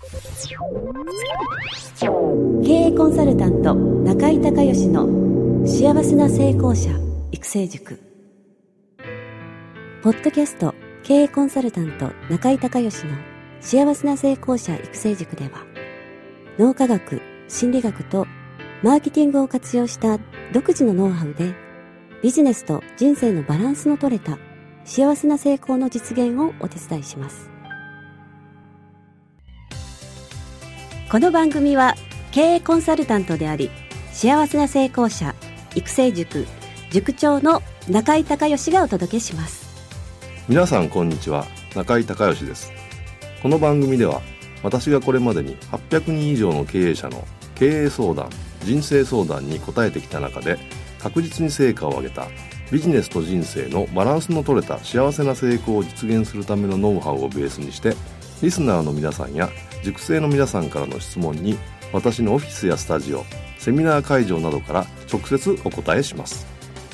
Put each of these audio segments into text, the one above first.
経営コンサルタント中井孝義の幸せな成功者育成塾。ポッドキャスト経営コンサルタント中井孝義の幸せな成功者育成塾では、脳科学、心理学とマーケティングを活用した独自のノウハウで、ビジネスと人生のバランスの取れた幸せな成功の実現をお手伝いします。この番組は経営コンサルタントであり、幸せな成功者育成塾塾長の中井孝義がお届けします。 皆さんこんにちは、中井孝義です。この番組では、私がこれまでに800人以上の経営者の経営相談、人生相談に答えてきた中で、確実に成果を上げたビジネスと人生のバランスの取れた幸せな成功を実現するためのノウハウをベースにして、リスナーの皆さんや塾生の皆さんからの質問に、私のオフィスやスタジオ、セミナー会場などから直接お答えします。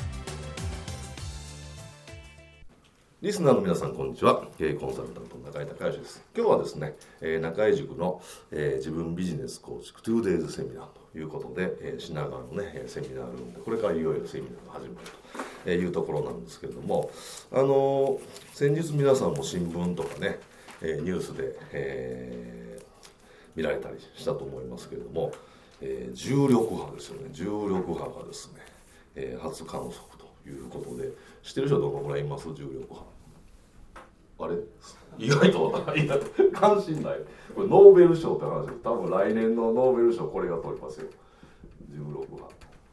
リスナーの皆さんこんにちは、経営コンサルタントの中井孝義です。今日はですね、中井塾の、自分ビジネス構築 2days セミナーということで、品川のねセミナールームでこれからいよいよセミナーが始まるというところなんですけれども、先日皆さんも新聞とかねニュースで、見られたりしたと思いますけれども、重力波ですよね。重力波がですね、初観測ということで、知ってる人はどのぐらいいます？重力波。あれ意外と関心ない。これノーベル賞って話です。多分来年のノーベル賞これが取りますよ。重力波。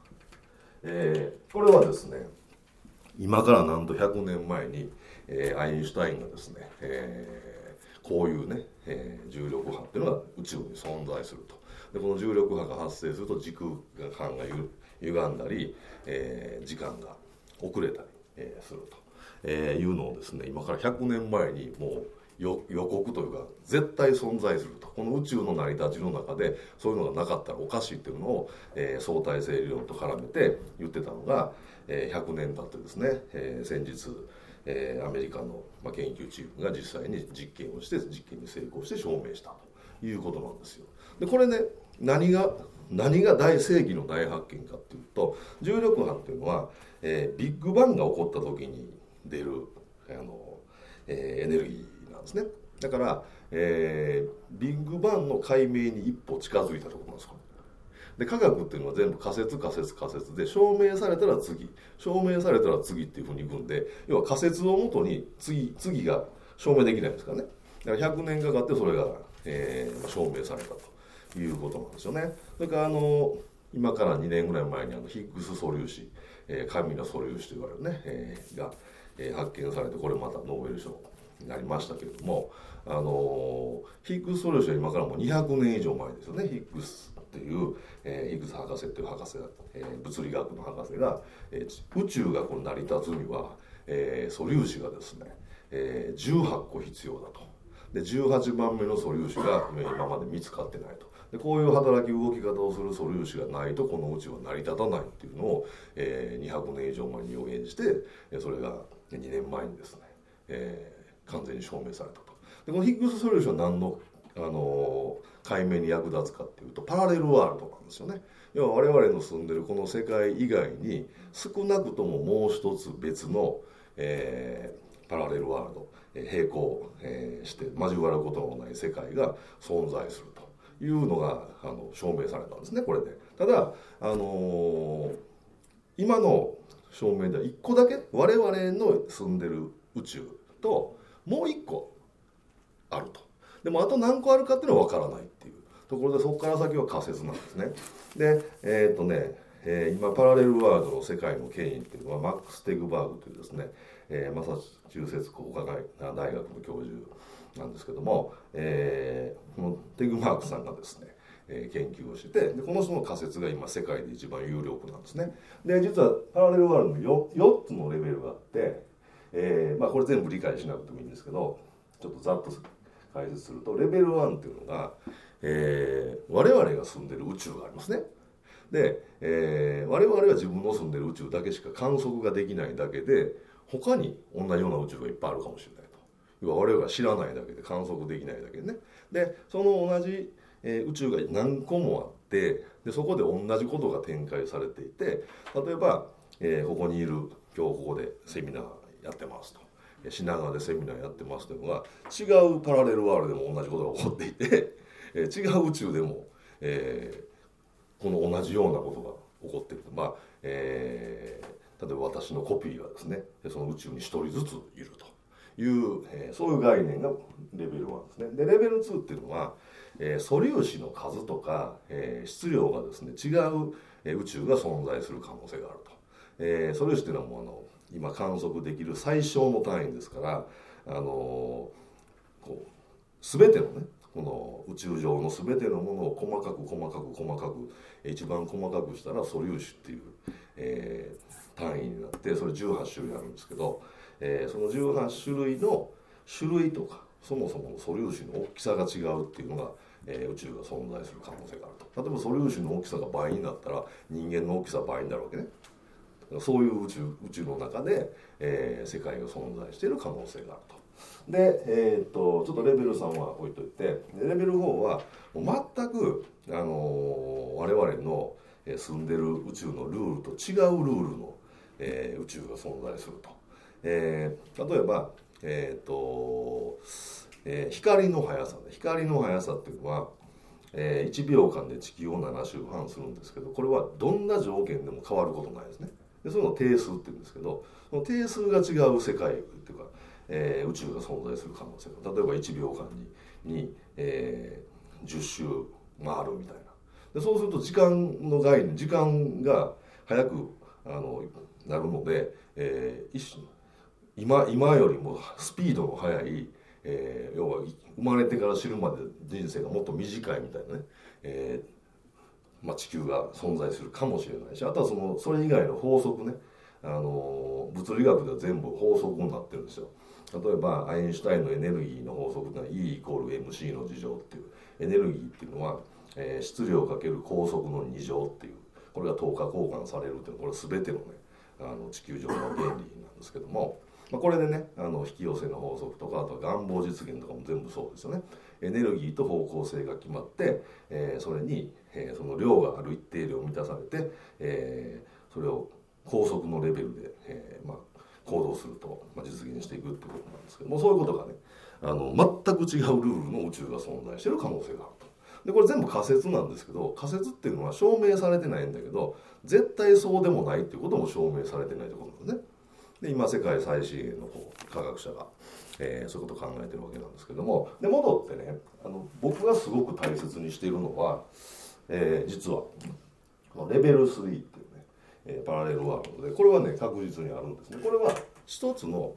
これはですね、今からなんと100年前に、アインシュタインがですね、こういうね、重力波っていうのが宇宙に存在すると。でこの重力波が発生すると時空間が歪んだり、時間が遅れたり、すると、いうのをですね、今から100年前にもう予告というか絶対存在すると。この宇宙の成り立ちの中でそういうのがなかったらおかしいっていうのを、相対性理論と絡めて言ってたのが、100年経ってですね、先日アメリカの研究チームが実際に実験をして実験に成功して証明したということなんですよ。でこれね、何が大正義の大発見かっていうと、重力波っていうのは、ビッグバンが起こった時に出るエネルギーなんですね。だから、ビッグバンの解明に一歩近づいたところなんです。で科学っていうのは全部仮説で、証明されたら次っていうふうにいくんで、要は仮説をもとに次が証明できないですからね。だから100年かかってそれが、証明されたということなんですよね。それから今から2年ぐらい前にヒッグス素粒子、神の素粒子と言われるね、が、発見されて、これまたノーベル賞になりましたけれども、ヒッグス素粒子は今からもう200年以上前ですよね。ヒッグスっていう、ヒッグス博士っていう博士が、物理学の博士が、宇宙がこの成り立つには、素粒子がですね、18個必要だと。で18番目の素粒子が今まで見つかってないと。でこういう働き動き方をする素粒子がないとこの宇宙は成り立たないっていうのを、200年以上前に予言して、それが2年前にですね、完全に証明されたと。でこのヒッグス素粒子は何の、解明に役立つかっていうと、パラレルワールドなんですよね。要は我々の住んでるこの世界以外に少なくとももう一つ別の、パラレルワールド、並行、して交わることのない世界が存在するというのが証明されたんですね、これで。ただ、今の証明では1個だけ、我々の住んでる宇宙ともう1個あると。でもあと何個あるかっていうのは分からないっていうところで、そこから先は仮説なんですね。で今パラレルワールドの世界の権威っていうのはマックス・テグバーグというですね、マサチューセッツ工科大学の教授なんですけども、このテグマークさんがですね、研究をして、でこの人の仮説が今世界で一番有力なんですね。で実はパラレルワールドの 4つのレベルがあって、これ全部理解しなくてもいいんですけど、ちょっとざっと解説すると、レベル1っていうのが、我々が住んでる宇宙がありますね。で、我々は自分の住んでる宇宙だけしか観測ができないだけで、他に同じような宇宙がいっぱいあるかもしれない要は我々が知らないだけで観測できないだけでね。でその同じ、宇宙が何個もあって、でそこで同じことが展開されていて、例えば、ここにいる今日ここでセミナーやってますと、品川でセミナーやってますというのが違うパラレルワールドでも同じことが起こっていて、違う宇宙でも、この同じようなことが起こっている。例えば私のコピーがですねその宇宙に一人ずついるという、そういう概念がレベル1ですね。でレベル2っていうのは、素粒子の数とか、質量がですね違う、宇宙が存在する可能性があると。素粒子っていうのはもう今観測できる最小の単位ですから、全てのねこの宇宙上の全てのものを細かく一番細かくしたら素粒子っていう、単位になって、それ18種類あるんですけど、その18種類の種類とかそもそもの素粒子の大きさが違うっていうのが、宇宙が存在する可能性があると。例えば素粒子の大きさが倍になったら人間の大きさは倍になるわけね。そういう宇宙の中で、世界が存在している可能性があると。で、ちょっとレベル3は置いといて、レベル4はもう全く、我々の住んでる宇宙のルールと違うルールの、宇宙が存在すると。例えば、光の速さっていうのは、1秒間で地球を7周半するんですけど、これはどんな条件でも変わることないですね。でそういうのを定数って言うんですけど、その定数が違う世界っていうか、宇宙が存在する可能性が、例えば1秒間に10周回るみたいな。でそうすると時間の概念、時間が早くなるので、今よりもスピードの速い、要は生まれてから死ぬまで人生がもっと短いみたいなね、地球が存在するかもしれないし、あとはそれ以外の法則ね、物理学では全部法則になってるんですよ。例えばアインシュタインのエネルギーの法則が E=mc の2乗っていう、エネルギーっていうのは、質量かける高速の2乗っていう、これが等価交換されるっていうのはこれ全てのね地球上の原理なんですけども、これでね引き寄せの法則とか、あとは願望実現とかも全部そうですよね。エネルギーと方向性が決まって、それに、その量がある一定量満たされて、それを高速のレベルで、行動すると、実現していくっていうことなんですけども、そういうことがね全く違うルールの宇宙が存在している可能性があると。でこれ全部仮説なんですけど、仮説っていうのは証明されてないんだけど、絶対そうでもないっていうことも証明されてないってことなんですね。で今世界最新鋭の科学者が、そういうことを考えてるわけなんですけども、で戻ってね僕がすごく大切にしているのは、実はレベル3っていうね、パラレルワールドで、これはね確実にあるんですね。これは一つの、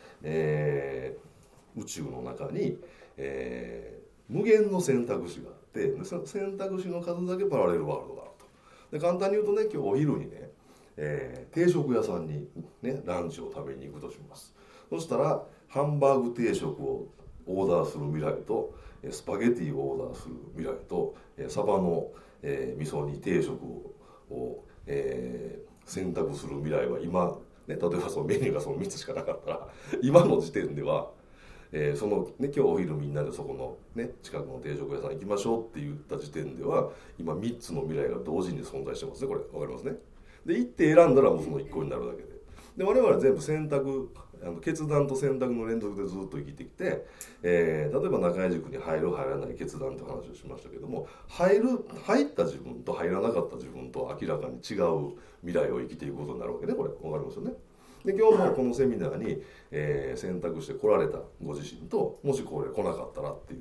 宇宙の中に、無限の選択肢があって、その選択肢の数だけパラレルワールドがあると。で簡単に言うとね、今日お昼にね、定食屋さんに、ね、ランチを食べに行くとします。そしたらハンバーグ定食をオーダーする未来と、スパゲティをオーダーする未来と、サバの、味噌煮定食を、選択する未来は今、ね、例えばそのメニューがその3つしかなかったら今の時点では、そのね、今日お昼みんなでそこの、ね、近くの定食屋さん行きましょうって言った時点では今3つの未来が同時に存在してますね。これ分かりますね。で行って選んだらもうその1個になるだけで、我々は全部選択、決断と選択の連続でずっと生きてきて、例えば中井塾に入る入らない決断って話をしましたけども、入った自分と入らなかった自分と明らかに違う未来を生きていくことになるわけね。これ分かりますよね。で今日もこのセミナーに、選択して来られたご自身と、もしこれ来なかったらっていう、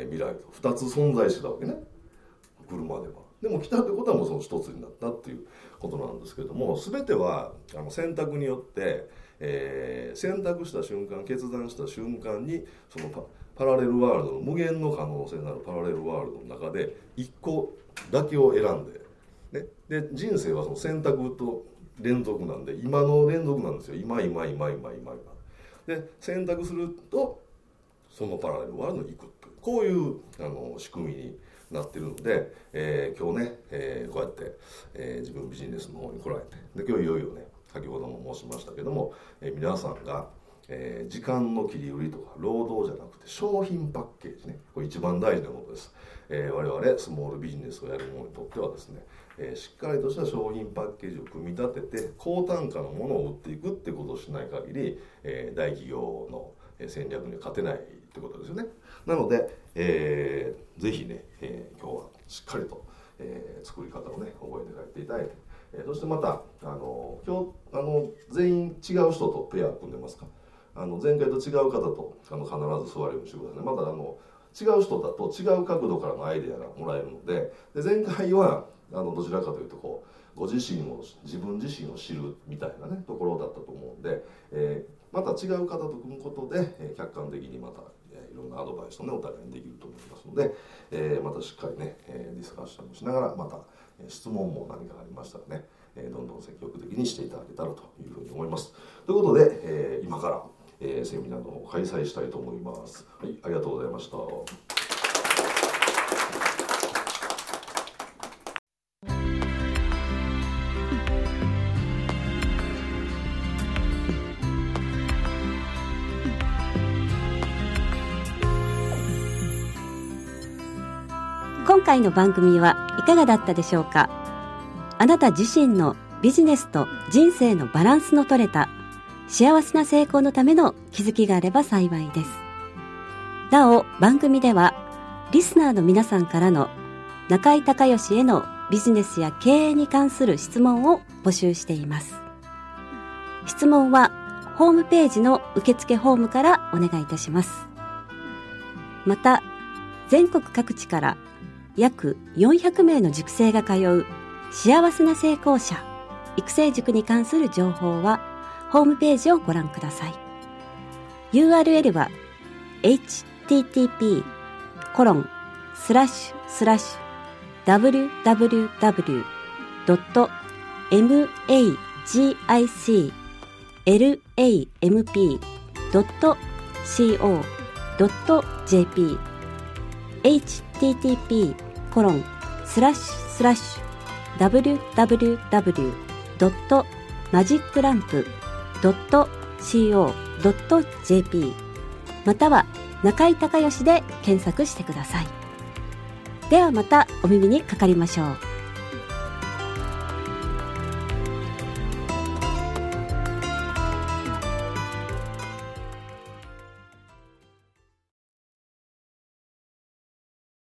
未来と2つ存在してたわけね、来るまでは。でも来たってことはもうその一つになったっていうことなんですけれども、全ては選択によって、選択した瞬間、決断した瞬間にそのパラレルワールドの無限の可能性のあるパラレルワールドの中で1個だけを選んで、ね、で人生はその選択と連続なんで、今の連続なんですよ。今で選択するとそのパラレルワールドに行くという、こういう仕組みになってるので、今日ね、こうやって、自分ビジネスの方に来られて、で今日いよいよね、先ほども申しましたけども、皆さんが、 時間の切り売りとか労働じゃなくて商品パッケージね、これ一番大事なことです。我々スモールビジネスをやる者にとってはですね、しっかりとした商品パッケージを組み立てて高単価のものを売っていくってことをしない限り、大企業の戦略には勝てないってことですよね。なので、ぜひね、今日はしっかりと、作り方をね覚えて帰っていただいて、そしてまた今日全員違う人とペア組んでますか。前回と違う方と必ず座るようにしてくださいね。また違う人だと違う角度からのアイデアがもらえるので、前回はどちらかというとご自分自身を知るみたいなねところだったと思うんで、また違う方と組むことで、客観的にまた、いろんなアドバイスをねお互いにできると思いますので、またしっかりね、ディスカッションをしながら、また質問も何かありましたらね、どんどん積極的にしていただけたらというふうに思います。ということで、今からセミナーの方を開催したいと思います。はい、ありがとうございました。 今回の番組はいかがだったでしょうか。あなた自身のビジネスと人生のバランスの取れた幸せな成功のための気づきがあれば幸いです。なお、番組ではリスナーの皆さんからの中井孝義へのビジネスや経営に関する質問を募集しています。質問はホームページの受付フォームからお願いいたします。また、全国各地から約400名の塾生が通う幸せな成功者育成塾に関する情報はホームページをご覧ください。 URL は http://www.magiclamp.co.jp http://www.magiclamp.co.jp または中井孝義で検索してください。ではまたお耳にかかりましょう。